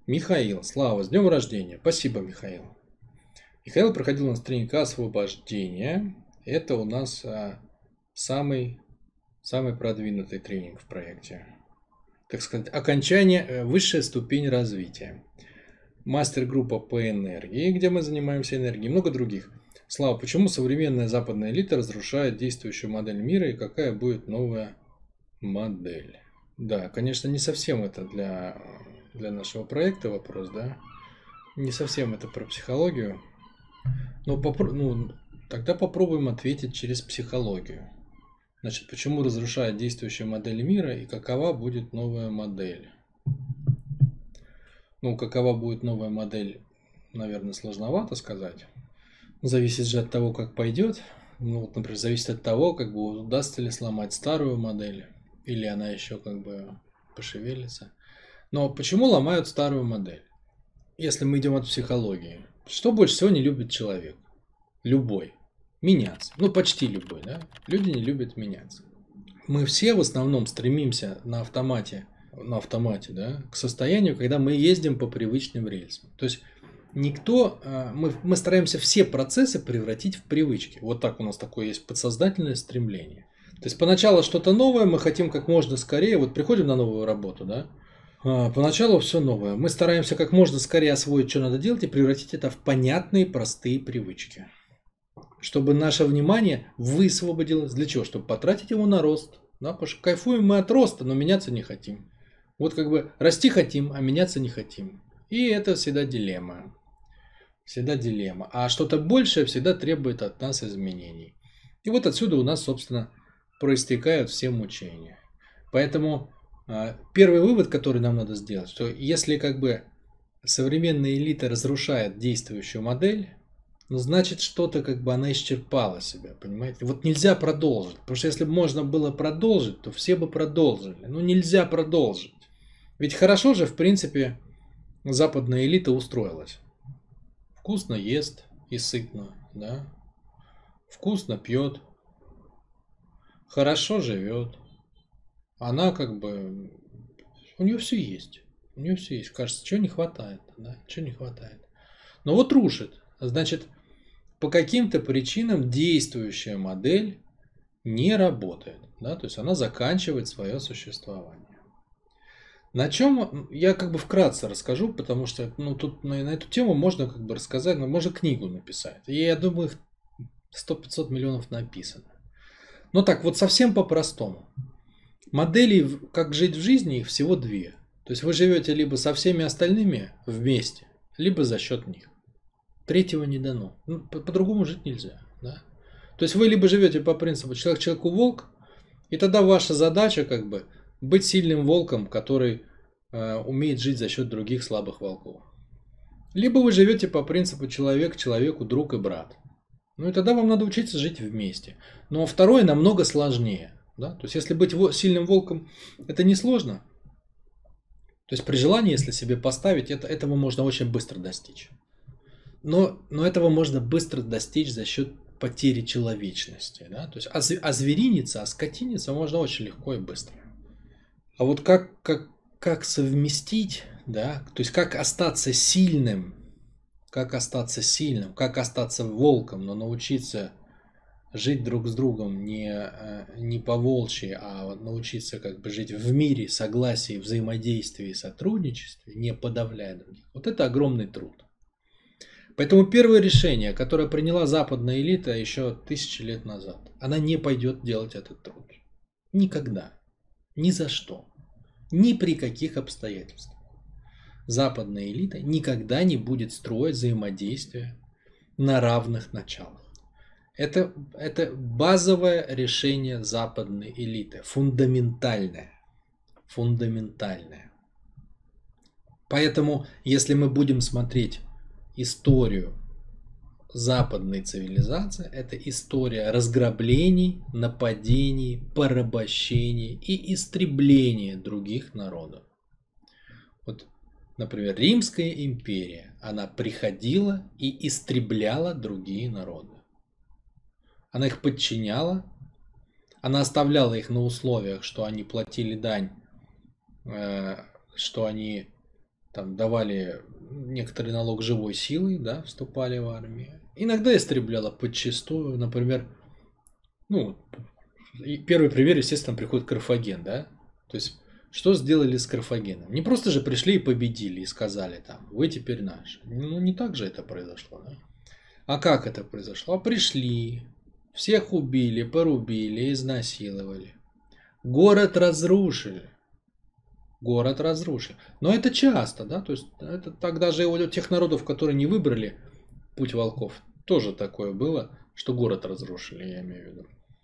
Михаил, Слава, с днем рождения. Спасибо, Михаил. Михаил проходил у нас тренинг освобождения. Это у нас самый продвинутый тренинг в проекте. Так сказать, окончание, высшая ступень развития. Мастер-группа по энергии, где мы занимаемся энергией, много других. Слава, почему современная западная элита разрушает действующую модель мира и какая будет новая модель? Да, конечно, не совсем это для нашего проекта вопрос, да? Не совсем это про психологию. Но тогда попробуем ответить через психологию. Значит, почему разрушает действующая модель мира и какова будет новая модель? Ну, какова будет новая модель, наверное, сложновато сказать. Зависит же от того, как пойдет. Ну, вот, например, зависит от того, как бы удастся ли сломать старую модель, или она еще как бы пошевелится. Но почему ломают старую модель? Если мы идем от психологии, что больше всего не любит человек? Любой. Меняться. Ну, почти любой, да? Люди не любят меняться. Мы все в основном стремимся на автомате, да, к состоянию, когда мы ездим по привычным рельсам. То есть мы стараемся все процессы превратить в привычки. Вот так у нас такое есть подсознательное стремление. То есть поначалу что-то новое, мы хотим как можно скорее, вот приходим на новую работу, да, поначалу все новое. Мы стараемся как можно скорее освоить, что надо делать, и превратить это в понятные, простые привычки. Чтобы наше внимание высвободилось. Для чего? Чтобы потратить его на рост. Да? Потому что кайфуем мы от роста, но меняться не хотим. Вот как бы расти хотим, а меняться не хотим. И это всегда дилемма. Всегда дилемма. А что-то большее всегда требует от нас изменений. И вот отсюда у нас, собственно, проистекают все мучения. Поэтому первый вывод, который нам надо сделать, что если как бы современная элита разрушает действующую модель, ну, значит, что-то как бы она исчерпала себя, понимаете? Вот нельзя продолжить. Потому что если бы можно было продолжить, то все бы продолжили. Ну, нельзя продолжить. Ведь хорошо же, в принципе, западная элита устроилась. Вкусно ест и сытно, да? Вкусно пьет. Хорошо живет. Она как бы... У нее все есть. У нее все есть. Кажется, чего не хватает, да? Чего не хватает. Но вот рушит. Значит, по каким-то причинам действующая модель не работает. Да? То есть она заканчивает свое существование. На чем я как бы вкратце расскажу, потому что тут на эту тему можно как бы рассказать, можно книгу написать. И я думаю, 100-500 миллионов написано. Но так вот совсем по-простому. Моделей, как жить в жизни, их всего две. То есть вы живете либо со всеми остальными вместе, либо за счет них. Третьего не дано. По-другому жить нельзя. Да? То есть вы либо живете по принципу человек человеку волк, и тогда ваша задача как бы быть сильным волком, который умеет жить за счет других слабых волков. Либо вы живете по принципу человек человеку друг и брат. Ну и тогда вам надо учиться жить вместе. Но второе намного сложнее. Да? То есть если быть сильным волком, это несложно. То есть при желании, если себе поставить, этого можно очень быстро достичь. Но этого можно быстро достичь за счет потери человечности. Да? То есть озвериниться, оскотиниться можно очень легко и быстро. А вот как совместить, да? То есть как остаться сильным, как остаться волком, но научиться жить друг с другом не по-волчьи, а научиться как бы жить в мире, согласии, взаимодействии, сотрудничестве, не подавляя других. Вот это огромный труд. Поэтому первое решение, которое приняла западная элита еще 1000 лет назад, она не пойдет делать этот труд. Никогда. Ни за что. Ни при каких обстоятельствах. Западная элита никогда не будет строить взаимодействие на равных началах. Это базовое решение западной элиты. Фундаментальное. Фундаментальное. Поэтому, если мы будем смотреть историю западной цивилизации, это история разграблений, нападений, порабощений и истребления других народов. Вот, например, Римская империя, она приходила и истребляла другие народы. Она их подчиняла, она оставляла их на условиях, что они платили дань, что они там давали некоторый налог живой силой, да, вступали в армию. Иногда истребляла подчистую, например, ну, и первый пример, естественно, приходит Карфаген, да? То есть, что сделали с Карфагеном? Не просто же пришли и победили, и сказали там, вы теперь наши. Ну, не так же это произошло, да? А как это произошло? А пришли, всех убили, порубили, изнасиловали. Город разрушили. Город разрушили. Но это часто, да? То есть, это тогда же у тех народов, которые не выбрали путь волков, тоже такое было, что город разрушили, я имею в виду.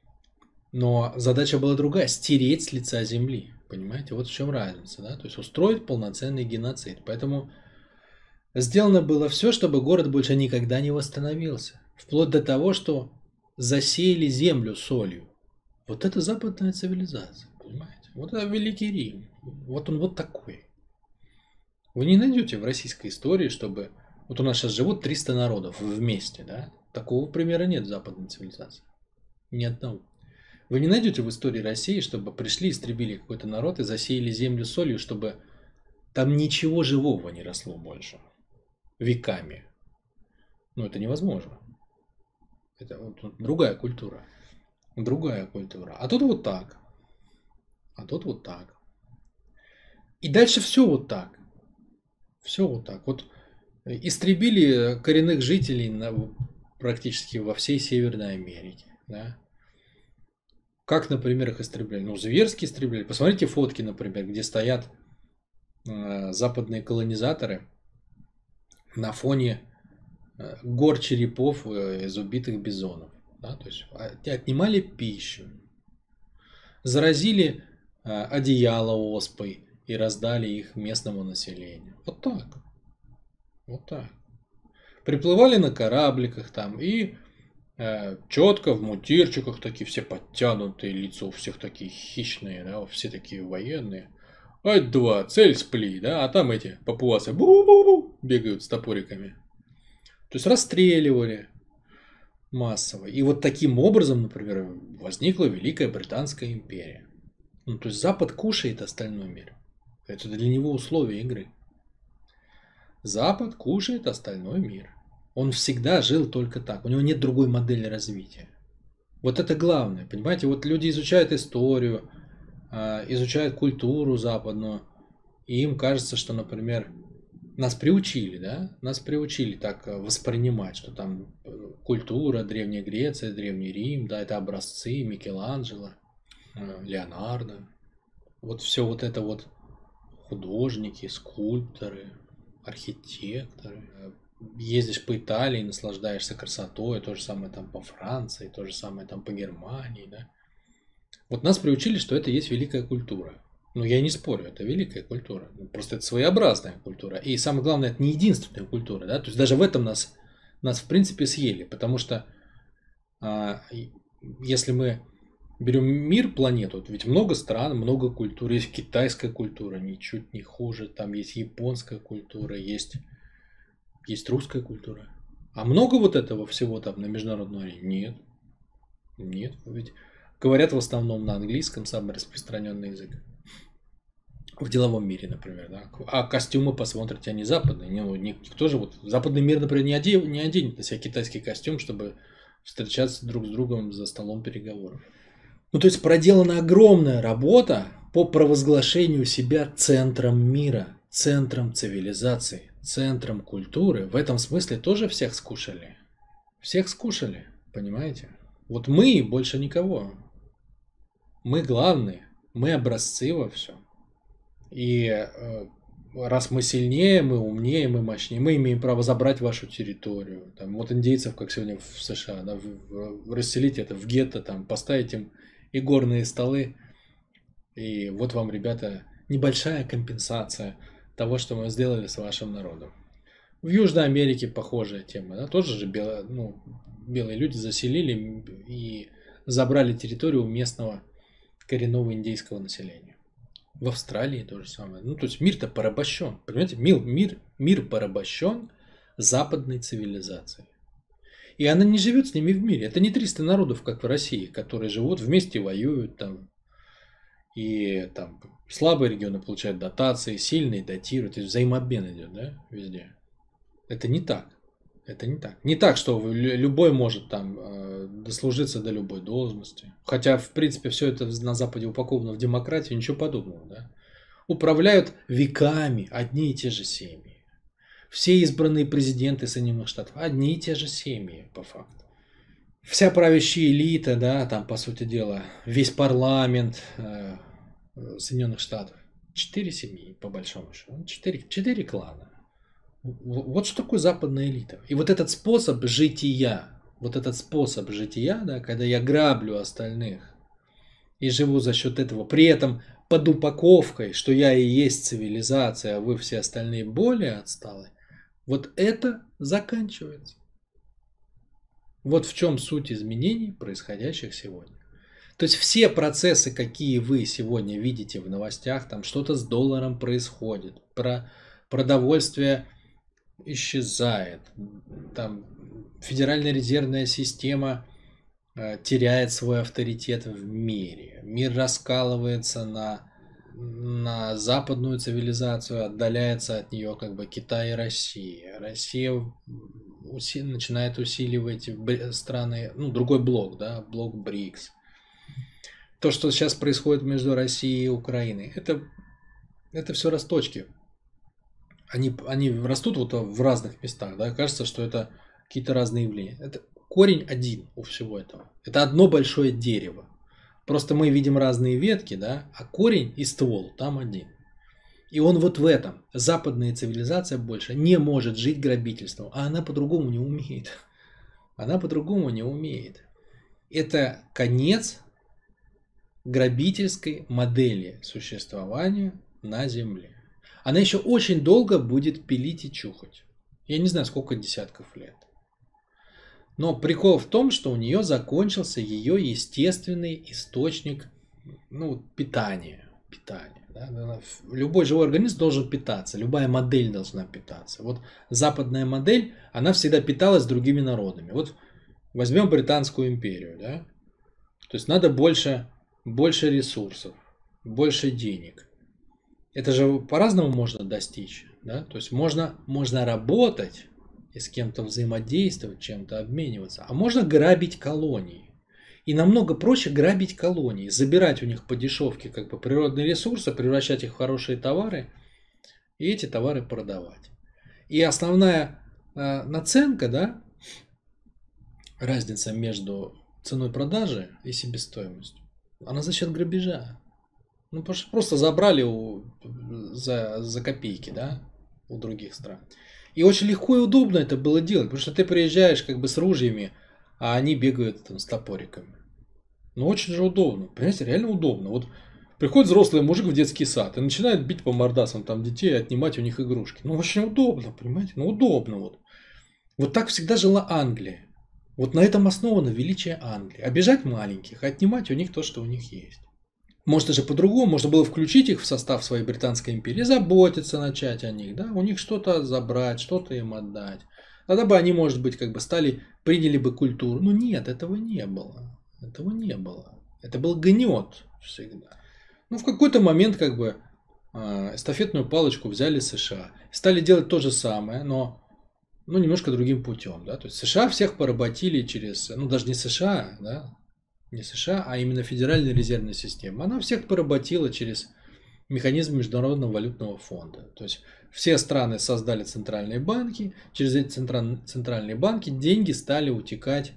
Но задача была другая – стереть с лица земли. Понимаете, вот в чем разница, да? То есть устроить полноценный геноцид. Поэтому сделано было все, чтобы город больше никогда не восстановился. Вплоть до того, что засеяли землю солью. Вот это западная цивилизация, понимаете? Вот это Великий Рим. Вот он вот такой. Вы не найдете в российской истории, чтобы... Вот у нас сейчас живут 300 народов вместе, да? Такого примера нет в западной цивилизации. Ни одного. Вы не найдете в истории России, чтобы пришли, истребили какой-то народ и засеяли землю солью, чтобы там ничего живого не росло больше. Веками. Ну, это невозможно. Это вот другая культура. Другая культура. А тут вот так. А тут вот так. И дальше все вот так. Все вот так. Вот истребили коренных жителей практически во всей Северной Америке. Да? Как, например, их истребляли? Ну, зверски истребляли. Посмотрите фотки, например, где стоят западные колонизаторы на фоне гор черепов из убитых бизонов. Да? То есть отнимали пищу, заразили одеяло оспой и раздали их местному населению. Вот так. Вот так. Приплывали на корабликах там и четко в мундирчиках такие все подтянутые, лица у всех такие хищные, да, все такие военные. Ать-два, цель спли, да, а там эти папуасы бу-бу-бу бегают с топориками. То есть расстреливали массово. И вот таким образом, например, возникла Великая Британская империя. Ну, то есть Запад кушает остальной мир. Это для него условие игры. Запад кушает остальной мир. Он всегда жил только так. У него нет другой модели развития. Вот это главное. Понимаете, вот люди изучают историю, изучают культуру западную, и им кажется, что, например, нас приучили, да? Нас приучили так воспринимать, что там культура, Древняя Греция, Древний Рим, да, это образцы Микеланджело, Леонардо. Вот все вот это вот художники, скульпторы, архитекторы. Ездишь по Италии, наслаждаешься красотой, то же самое там по Франции, то же самое там по Германии, да. Вот нас приучили, что это есть великая культура. Ну, я не спорю, это великая культура. Просто это своеобразная культура. И самое главное, это не единственная культура, да. То есть даже в этом нас в принципе съели, потому что если мы берем мир, планету, ведь много стран, много культур. Есть китайская культура, ничуть не хуже. Там есть японская культура, есть русская культура. А много вот этого всего там на международной арене? Нет. Нет. Ведь говорят в основном на английском, самый распространенный язык. В деловом мире, например, да. А костюмы посмотрите, они западные. Никто же вот западный мир, например, не оденет на себя китайский костюм, чтобы встречаться друг с другом за столом переговоров. Ну, то есть проделана огромная работа по провозглашению себя центром мира, центром цивилизации, центром культуры. В этом смысле тоже всех скушали. Всех скушали, понимаете? Вот мы больше никого. Мы главные, мы образцы во всем. И раз мы сильнее, мы умнее, мы мощнее, мы имеем право забрать вашу территорию. Там, вот индейцев, как сегодня в США, да, расселить это в гетто, там, поставить им и горные столы. И вот вам, ребята, небольшая компенсация того, что мы сделали с вашим народом. В Южной Америке похожая тема. Да? Тоже же белые люди заселили и забрали территорию у местного коренного индейского населения. В Австралии то же самое. Ну, то есть мир-то порабощен. Понимаете, мир порабощен западной цивилизацией. И она не живет с ними в мире. Это не 300 народов, как в России, которые живут вместе, воюют там. И там слабые регионы получают дотации, сильные датируют, то есть взаимообмен идет, да, везде. Это не так. Это не так. Не так, что любой может там дослужиться до любой должности. Хотя, в принципе, все это на Западе упаковано в демократию, ничего подобного, да. Управляют веками одни и те же семьи. Все избранные президенты Соединенных Штатов одни и те же семьи, по факту. Вся правящая элита, да, там, по сути дела, весь парламент Соединенных Штатов. 4 семьи, по большому счету. 4 клана. Вот что такое западная элита. И вот этот способ жития, да, когда я граблю остальных и живу за счет этого, при этом под упаковкой, что я и есть цивилизация, а вы все остальные более отсталые, вот это заканчивается. Вот в чем суть изменений, происходящих сегодня. То есть все процессы, какие вы сегодня видите в новостях, там что-то с долларом происходит, продовольствие исчезает, там Федеральная резервная система теряет свой авторитет в мире, мир раскалывается на западную цивилизацию, отдаляется от нее как бы Китай и Россия. Россия начинает усиливать страны, ну, другой блок, да, блок БРИКС. То, что сейчас происходит между Россией и Украиной, это все росточки. Они растут вот в разных местах, да, кажется, что это какие-то разные явления. Это корень один у всего этого. Это одно большое дерево. Просто мы видим разные ветки, да, а корень и ствол там один. И он вот в этом. Западная цивилизация больше не может жить грабительством, а она по-другому не умеет. Она по-другому не умеет. Это конец грабительской модели существования на Земле. Она еще очень долго будет пилить и чухать. Я не знаю, сколько десятков лет. Но прикол в том, что у нее закончился ее естественный источник, ну, питания. Да? Любой живой организм должен питаться, любая модель должна питаться. Вот западная модель, она всегда питалась другими народами. Вот возьмем Британскую империю, да? То есть надо больше ресурсов, больше денег. Это же по-разному можно достичь, да? То есть можно работать и с кем-то взаимодействовать, чем-то обмениваться, а можно грабить колонии. И намного проще грабить колонии, забирать у них по дешевке как бы природные ресурсы, превращать их в хорошие товары и эти товары продавать. И основная наценка, да, разница между ценой продажи и себестоимостью, она за счет грабежа. Ну, просто забрали за копейки, да, у других стран. И очень легко и удобно это было делать, потому что ты приезжаешь как бы с ружьями, а они бегают там с топориками. Ну, очень же удобно. Понимаете, реально удобно. Вот приходит взрослый мужик в детский сад и начинает бить по мордасам там детей и отнимать у них игрушки. Ну, очень удобно, понимаете? Ну, удобно вот. Вот так всегда жила Англия. Вот на этом основано величие Англии. Обижать маленьких, отнимать у них то, что у них есть. Может, даже по-другому, можно было включить их в состав своей Британской империи, заботиться начать о них, да, у них что-то забрать, что-то им отдать. Тогда бы они, может быть, как бы приняли бы культуру. Но нет, этого не было. Этого не было. Это был гнет всегда. Ну, в какой-то момент, как бы, эстафетную палочку взяли США. Стали делать то же самое, но немножко другим путем, да. То есть США всех поработили через, ну, даже не США, да, не США, а именно Федеральная резервная система. Она всех поработила через механизм Международного валютного фонда. То есть все страны создали центральные банки, через эти центральные банки деньги стали утекать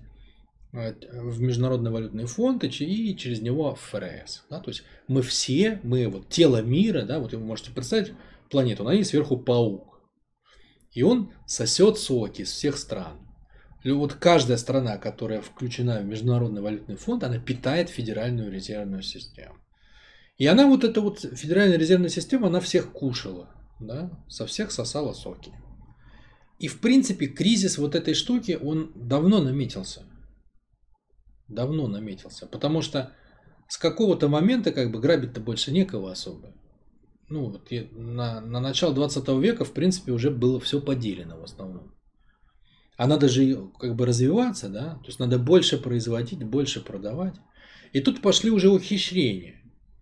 в Международный валютный фонд и через него в ФРС. Да? То есть мы вот тело мира, да, вот вы можете представить планету, на ней сверху паук. И он сосет соки из всех стран. Вот каждая страна, которая включена в Международный валютный фонд, она питает Федеральную резервную систему. И она вот эта вот Федеральная резервная система, она всех кушала, да, со всех сосала соки. И в принципе кризис вот этой штуки, он давно наметился. Давно наметился. Потому что с какого-то момента как бы грабить-то больше некого особо. Ну вот на начало 20 века в принципе уже было все поделено в основном. А надо же как бы развиваться, да, то есть надо больше производить, больше продавать. И тут пошли уже ухищрения.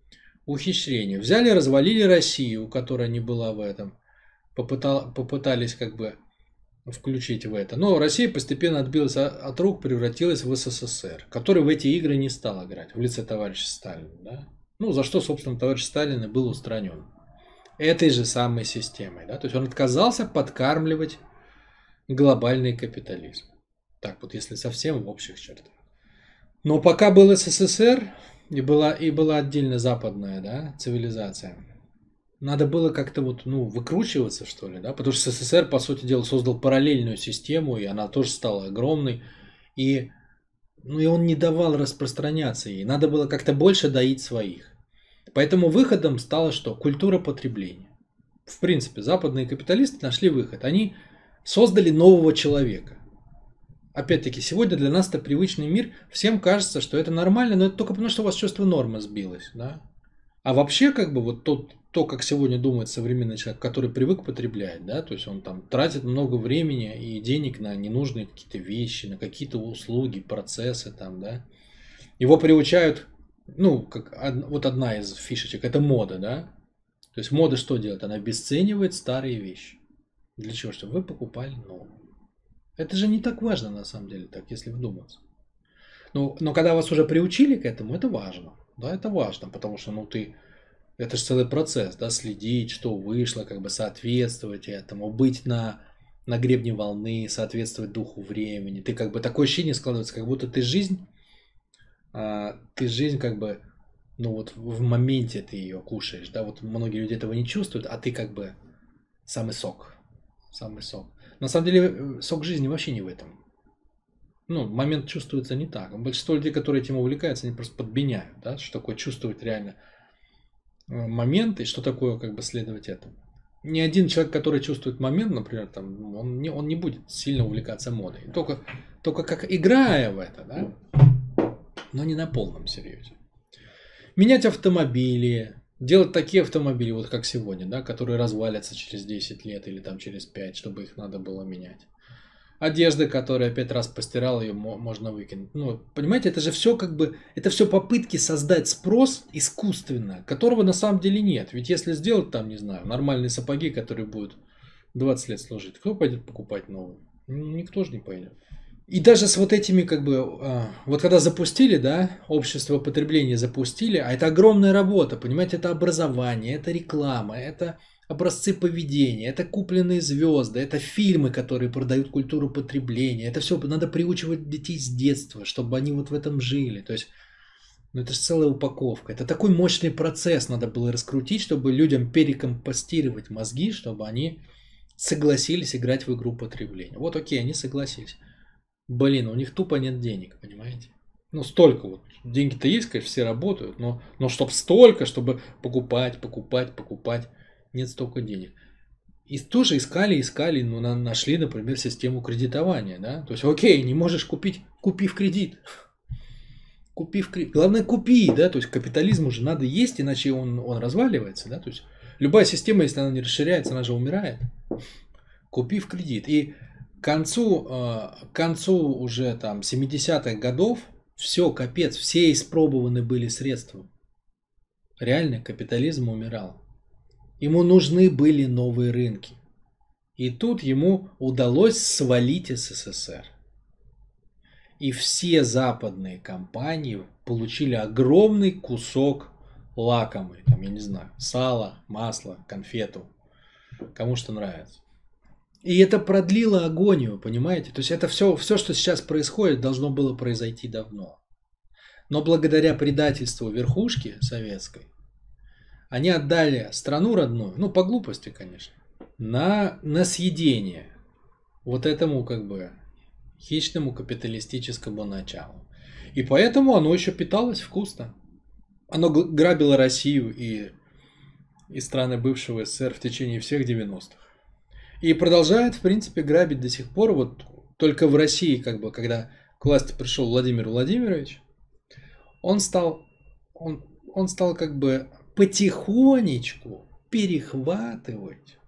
ухищрения. Взяли, развалили Россию, которая не была в этом. Попытались как бы включить в это. Но Россия постепенно отбилась от рук, превратилась в СССР, который в эти игры не стал играть в лице товарища Сталина. Да? Ну, за что, собственно, товарищ Сталин и был устранен. Этой же самой системой. Да? То есть он отказался подкармливать глобальный капитализм. Так вот, если совсем в общих чертах. Но пока был СССР и была отдельно западная, да, цивилизация, надо было как-то вот, выкручиваться, что ли, да, потому что СССР, по сути дела, создал параллельную систему, и она тоже стала огромной, и, и он не давал распространяться ей, надо было как-то больше доить своих. Поэтому выходом стало что? Культура потребления. В принципе, западные капиталисты нашли выход. Они создали нового человека. Опять-таки, сегодня для нас это привычный мир. Всем кажется, что это нормально, но это только потому, что у вас чувство нормы сбилось. Да? А вообще, как бы, вот то, как сегодня думает современный человек, который привык потреблять, да, то есть он там тратит много времени и денег на ненужные какие-то вещи, на какие-то услуги, процессы там, да. Его приучают, вот одна из фишечек, это мода, да. То есть мода что делает? Она обесценивает старые вещи. Для чего? Чтобы вы покупали новые. Это же не так важно на самом деле, так, если вдуматься. Но когда вас уже приучили к этому, это важно. Да, это важно, потому что, это же целый процесс, да, следить, что вышло, как бы соответствовать этому, быть на гребне волны, соответствовать духу времени. Ты как бы такое ощущение складывается, как будто ты жизнь как бы, вот в моменте ты ее кушаешь, да, вот многие люди этого не чувствуют, а ты как бы самый сок. На самом деле сок жизни вообще не в этом. Момент чувствуется не так. Большинство людей, которые этим увлекаются, они просто подменяют, да, что такое чувствовать реально момент и что такое как бы следовать этому. Ни один человек, который чувствует момент, например, там, он не будет сильно увлекаться модой. Только как играя в это, да, но не на полном серьезе. Менять автомобили, делать такие автомобили, вот как сегодня, да, которые развалятся через 10 лет или там через 5, чтобы их надо было менять. Одежда, которая 5 раз постирал, ее можно выкинуть. Понимаете, это же все как бы, это все попытки создать спрос искусственно, которого на самом деле нет. Ведь если сделать там, не знаю, нормальные сапоги, которые будут 20 лет служить, кто пойдет покупать новые? Никто же не пойдет. И даже с вот этими как бы, вот когда запустили, да, общество потребления запустили, а это огромная работа, понимаете, это образование, это реклама, это образцы поведения, это купленные звезды, это фильмы, которые продают культуру потребления. Это все надо приучивать детей с детства, чтобы они вот в этом жили. То есть, это же целая упаковка. Это такой мощный процесс надо было раскрутить, чтобы людям перекомпостировать мозги, чтобы они согласились играть в игру потребления. Вот окей, они согласились. Блин, у них тупо нет денег, понимаете? Столько вот. Деньги-то есть, конечно, все работают, но чтобы столько, чтобы покупать. Нет столько денег. И тоже искали, нашли, например, систему кредитования, да. То есть, окей, не можешь купить, купи в кредит. Главное, купи, да, то есть капитализму же надо есть, иначе он разваливается, да. То есть любая система, если она не расширяется, она же умирает. Купи в кредит. И к концу уже там 70-х годов все, капец, все испробованы были средства. Реально капитализм умирал. Ему нужны были новые рынки. И тут ему удалось свалить СССР. И все западные компании получили огромный кусок лакомый. Там, я не знаю, сало, масло, конфету. Кому что нравится. И это продлило агонию, понимаете? То есть это все, что сейчас происходит, должно было произойти давно. Но благодаря предательству верхушки советской, они отдали страну родную, по глупости, конечно, на съедение вот этому как бы хищному капиталистическому началу. И поэтому оно еще питалось вкусно. Оно грабило Россию и страны бывшего СССР в течение всех 90-х. И продолжает, в принципе, грабить до сих пор. Вот только в России, как бы, когда к власти пришел Владимир Владимирович, он стал как бы потихонечку перехватывать.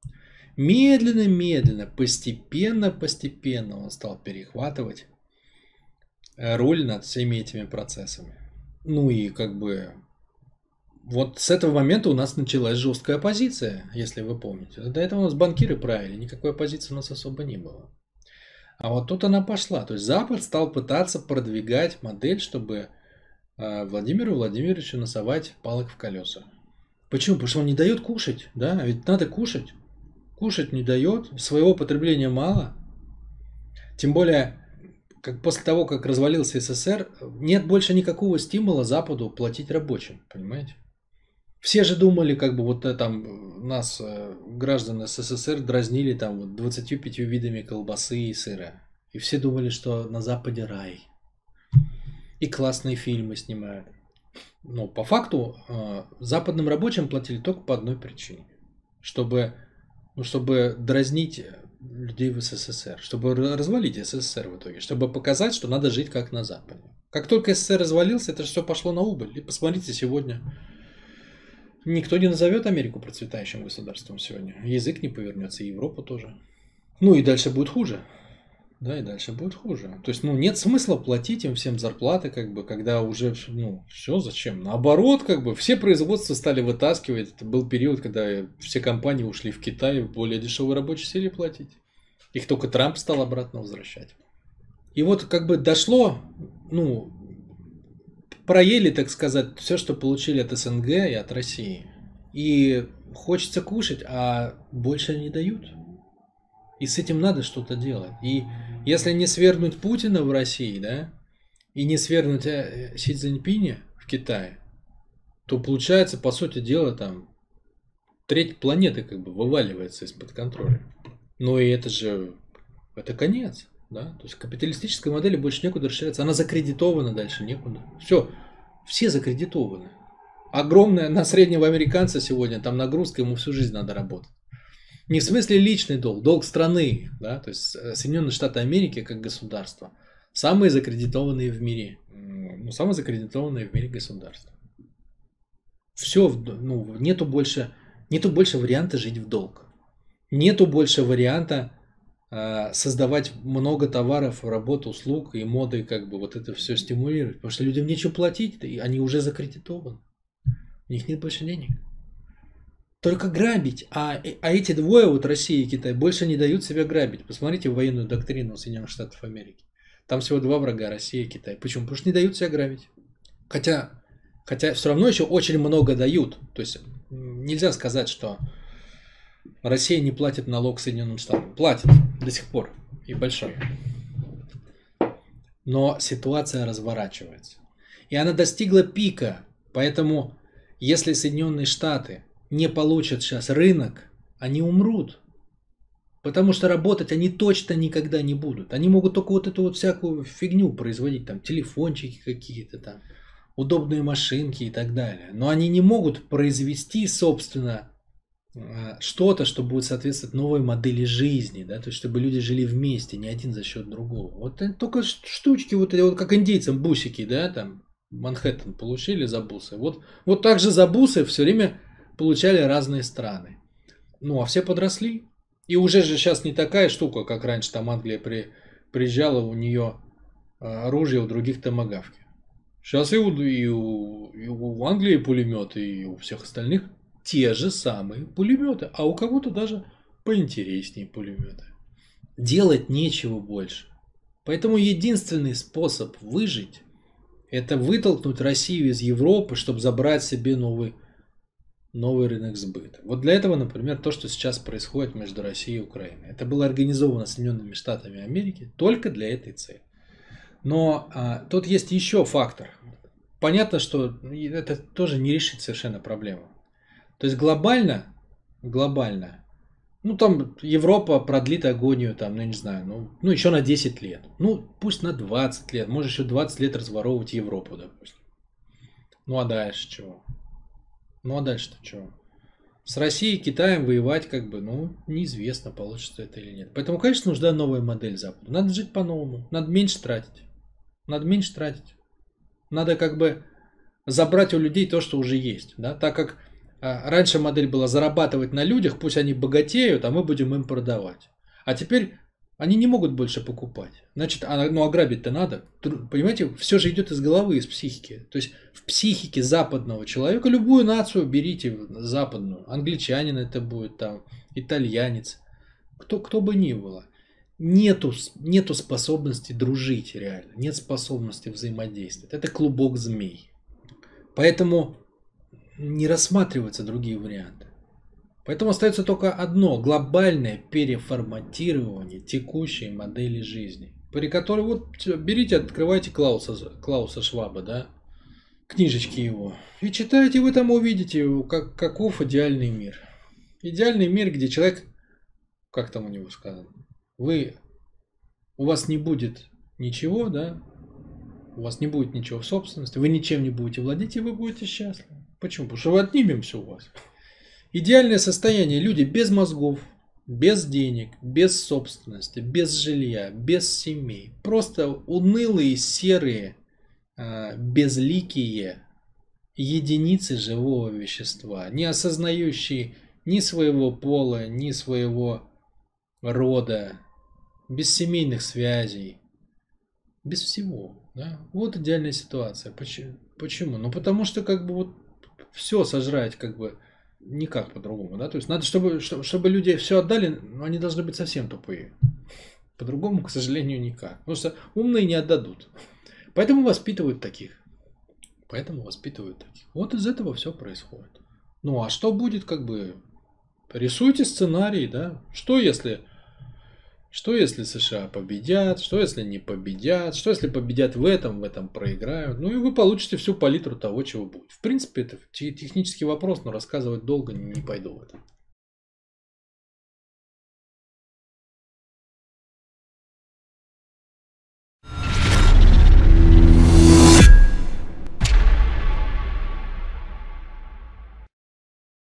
Медленно, постепенно он стал перехватывать руль над всеми этими процессами. И как бы Вот с этого момента у нас началась жесткая оппозиция, если вы помните. До этого у нас банкиры правили, никакой оппозиции у нас особо не было. А вот тут она пошла. То есть Запад стал пытаться продвигать модель, чтобы Владимиру Владимировичу насовать палок в колеса. Почему? Потому что он не дает кушать, да? Ведь надо кушать. Кушать не дает, своего потребления мало. Тем более, как после того, как развалился СССР, нет больше никакого стимула Западу платить рабочим, понимаете? Все же думали, как бы вот там нас, граждан СССР, дразнили там вот 25 видами колбасы и сыра. И все думали, что на Западе рай. И классные фильмы снимают. Но по факту западным рабочим платили только по одной причине. Чтобы дразнить людей в СССР. Чтобы развалить СССР в итоге. Чтобы показать, что надо жить как на Западе. Как только СССР развалился, это же все пошло на убыль. И посмотрите сегодня. Никто не назовет Америку процветающим государством сегодня. Язык не повернется, и Европу тоже. Ну и дальше будет хуже. Да, и дальше будет хуже. То есть, нет смысла платить им всем зарплаты, как бы, когда уже, все, зачем? Наоборот, как бы, все производства стали вытаскивать. Это был период, когда все компании ушли в Китай более дешевой рабочей силе платить. Их только Трамп стал обратно возвращать. И вот, как бы, дошло, проели, так сказать, все, что получили от СНГ и от России. И хочется кушать, а больше не дают. И с этим надо что-то делать. И если не свергнуть Путина в России, да, и не свергнуть Си Цзиньпиня в Китае, то получается, по сути дела, там треть планеты как бы вываливается из-под контроля. Но и это конец. Да? То есть капиталистической модели больше некуда расширяться. Она закредитована, дальше некуда. Все закредитованы. Огромная на среднего американца сегодня, там нагрузка, ему всю жизнь надо работать. Не в смысле личный долг, долг страны, да, то есть Соединенные Штаты Америки как государство, самые закредитованные в мире, самое закредитованное в мире государство. Все, нету больше варианта жить в долг, нету больше варианта создавать много товаров, работ, услуг и моды, как бы вот это все стимулировать, потому что людям нечего платить, и они уже закредитованы, у них нет больше денег. Только грабить. А эти двое, вот Россия и Китай, больше не дают себя грабить. Посмотрите военную доктрину Соединенных Штатов Америки. Там всего два врага, Россия и Китай. Почему? Потому что не дают себя грабить. Хотя все равно еще очень много дают. То есть нельзя сказать, что Россия не платит налог Соединенным Штатам. Платит до сих пор. И большой. Но ситуация разворачивается. И она достигла пика. Поэтому, если Соединенные Штаты не получат сейчас рынок, они умрут. Потому что работать они точно никогда не будут. Они могут только вот эту вот всякую фигню производить, там телефончики какие-то, там удобные машинки и так далее. Но они не могут произвести, собственно, что-то, что будет соответствовать новой модели жизни, да, то есть чтобы люди жили вместе, не один за счет другого. Вот только штучки, вот как индейцам бусики, да, там Манхэттен получили за бусы. Вот так же за бусы все время получали разные страны. А все подросли. И уже же сейчас не такая штука, как раньше там Англия приезжала, у нее оружие, у других томагавки. Сейчас и у Англии пулеметы, и у всех остальных те же самые пулеметы. А у кого-то даже поинтереснее пулеметы. Делать нечего больше. Поэтому единственный способ выжить — это вытолкнуть Россию из Европы, чтобы забрать себе новый рынок сбыта. Вот для этого, например, то, что сейчас происходит между Россией и Украиной. Это было организовано Соединенными Штатами Америки только для этой цели. Но тут есть еще фактор. Понятно, что это тоже не решит совершенно проблему. То есть глобально, там Европа продлит агонию, там, не знаю, еще на 10 лет. Пусть на 20 лет. Может еще 20 лет разворовывать Европу, допустим. А дальше чего? А дальше-то чего? С Россией и Китаем воевать неизвестно, получится это или нет. Поэтому, конечно, нужна новая модель Запада. Надо жить по-новому. Надо меньше тратить. Надо забрать у людей то, что уже есть. Да? Так как раньше модель была зарабатывать на людях, пусть они богатеют, а мы будем им продавать. А теперь Они не могут больше покупать. Значит, ну ограбить-то надо. Понимаете, все же идет из головы, из психики. То есть в психике западного человека, любую нацию берите западную. Англичанин это будет там, итальянец, кто бы ни было. Нету способности дружить реально. Нет способности взаимодействовать. Это клубок змей. Поэтому не рассматриваются другие варианты. Поэтому остается только одно – глобальное переформатирование текущей модели жизни, при которой вот берите, открывайте Клауса Шваба, да, книжечки его, и читайте, вы там увидите, каков идеальный мир. Идеальный мир, где человек, как там у него сказано, у вас не будет ничего, да, у вас не будет ничего в собственности, вы ничем не будете владеть, и вы будете счастливы. Почему? Потому что мы отнимем все у вас. Идеальное состояние. Люди без мозгов, без денег, без собственности, без жилья, без семей. Просто унылые, серые, безликие единицы живого вещества, не осознающие ни своего пола, ни своего рода, без семейных связей, без всего. Да? Вот идеальная ситуация. Почему? Ну потому что как бы вот все сожрать как бы никак по-другому, да, то есть надо, чтобы люди все отдали, но они должны быть совсем тупые. По-другому, к сожалению, никак. Потому что умные не отдадут. Поэтому воспитывают таких. Вот из этого все происходит. Ну, а что будет, как бы, рисуйте сценарий, да, что если США победят, что если не победят, что если победят в этом проиграют. Ну и вы получите всю палитру того, чего будет. В принципе, это технический вопрос, но рассказывать долго не пойду в этом.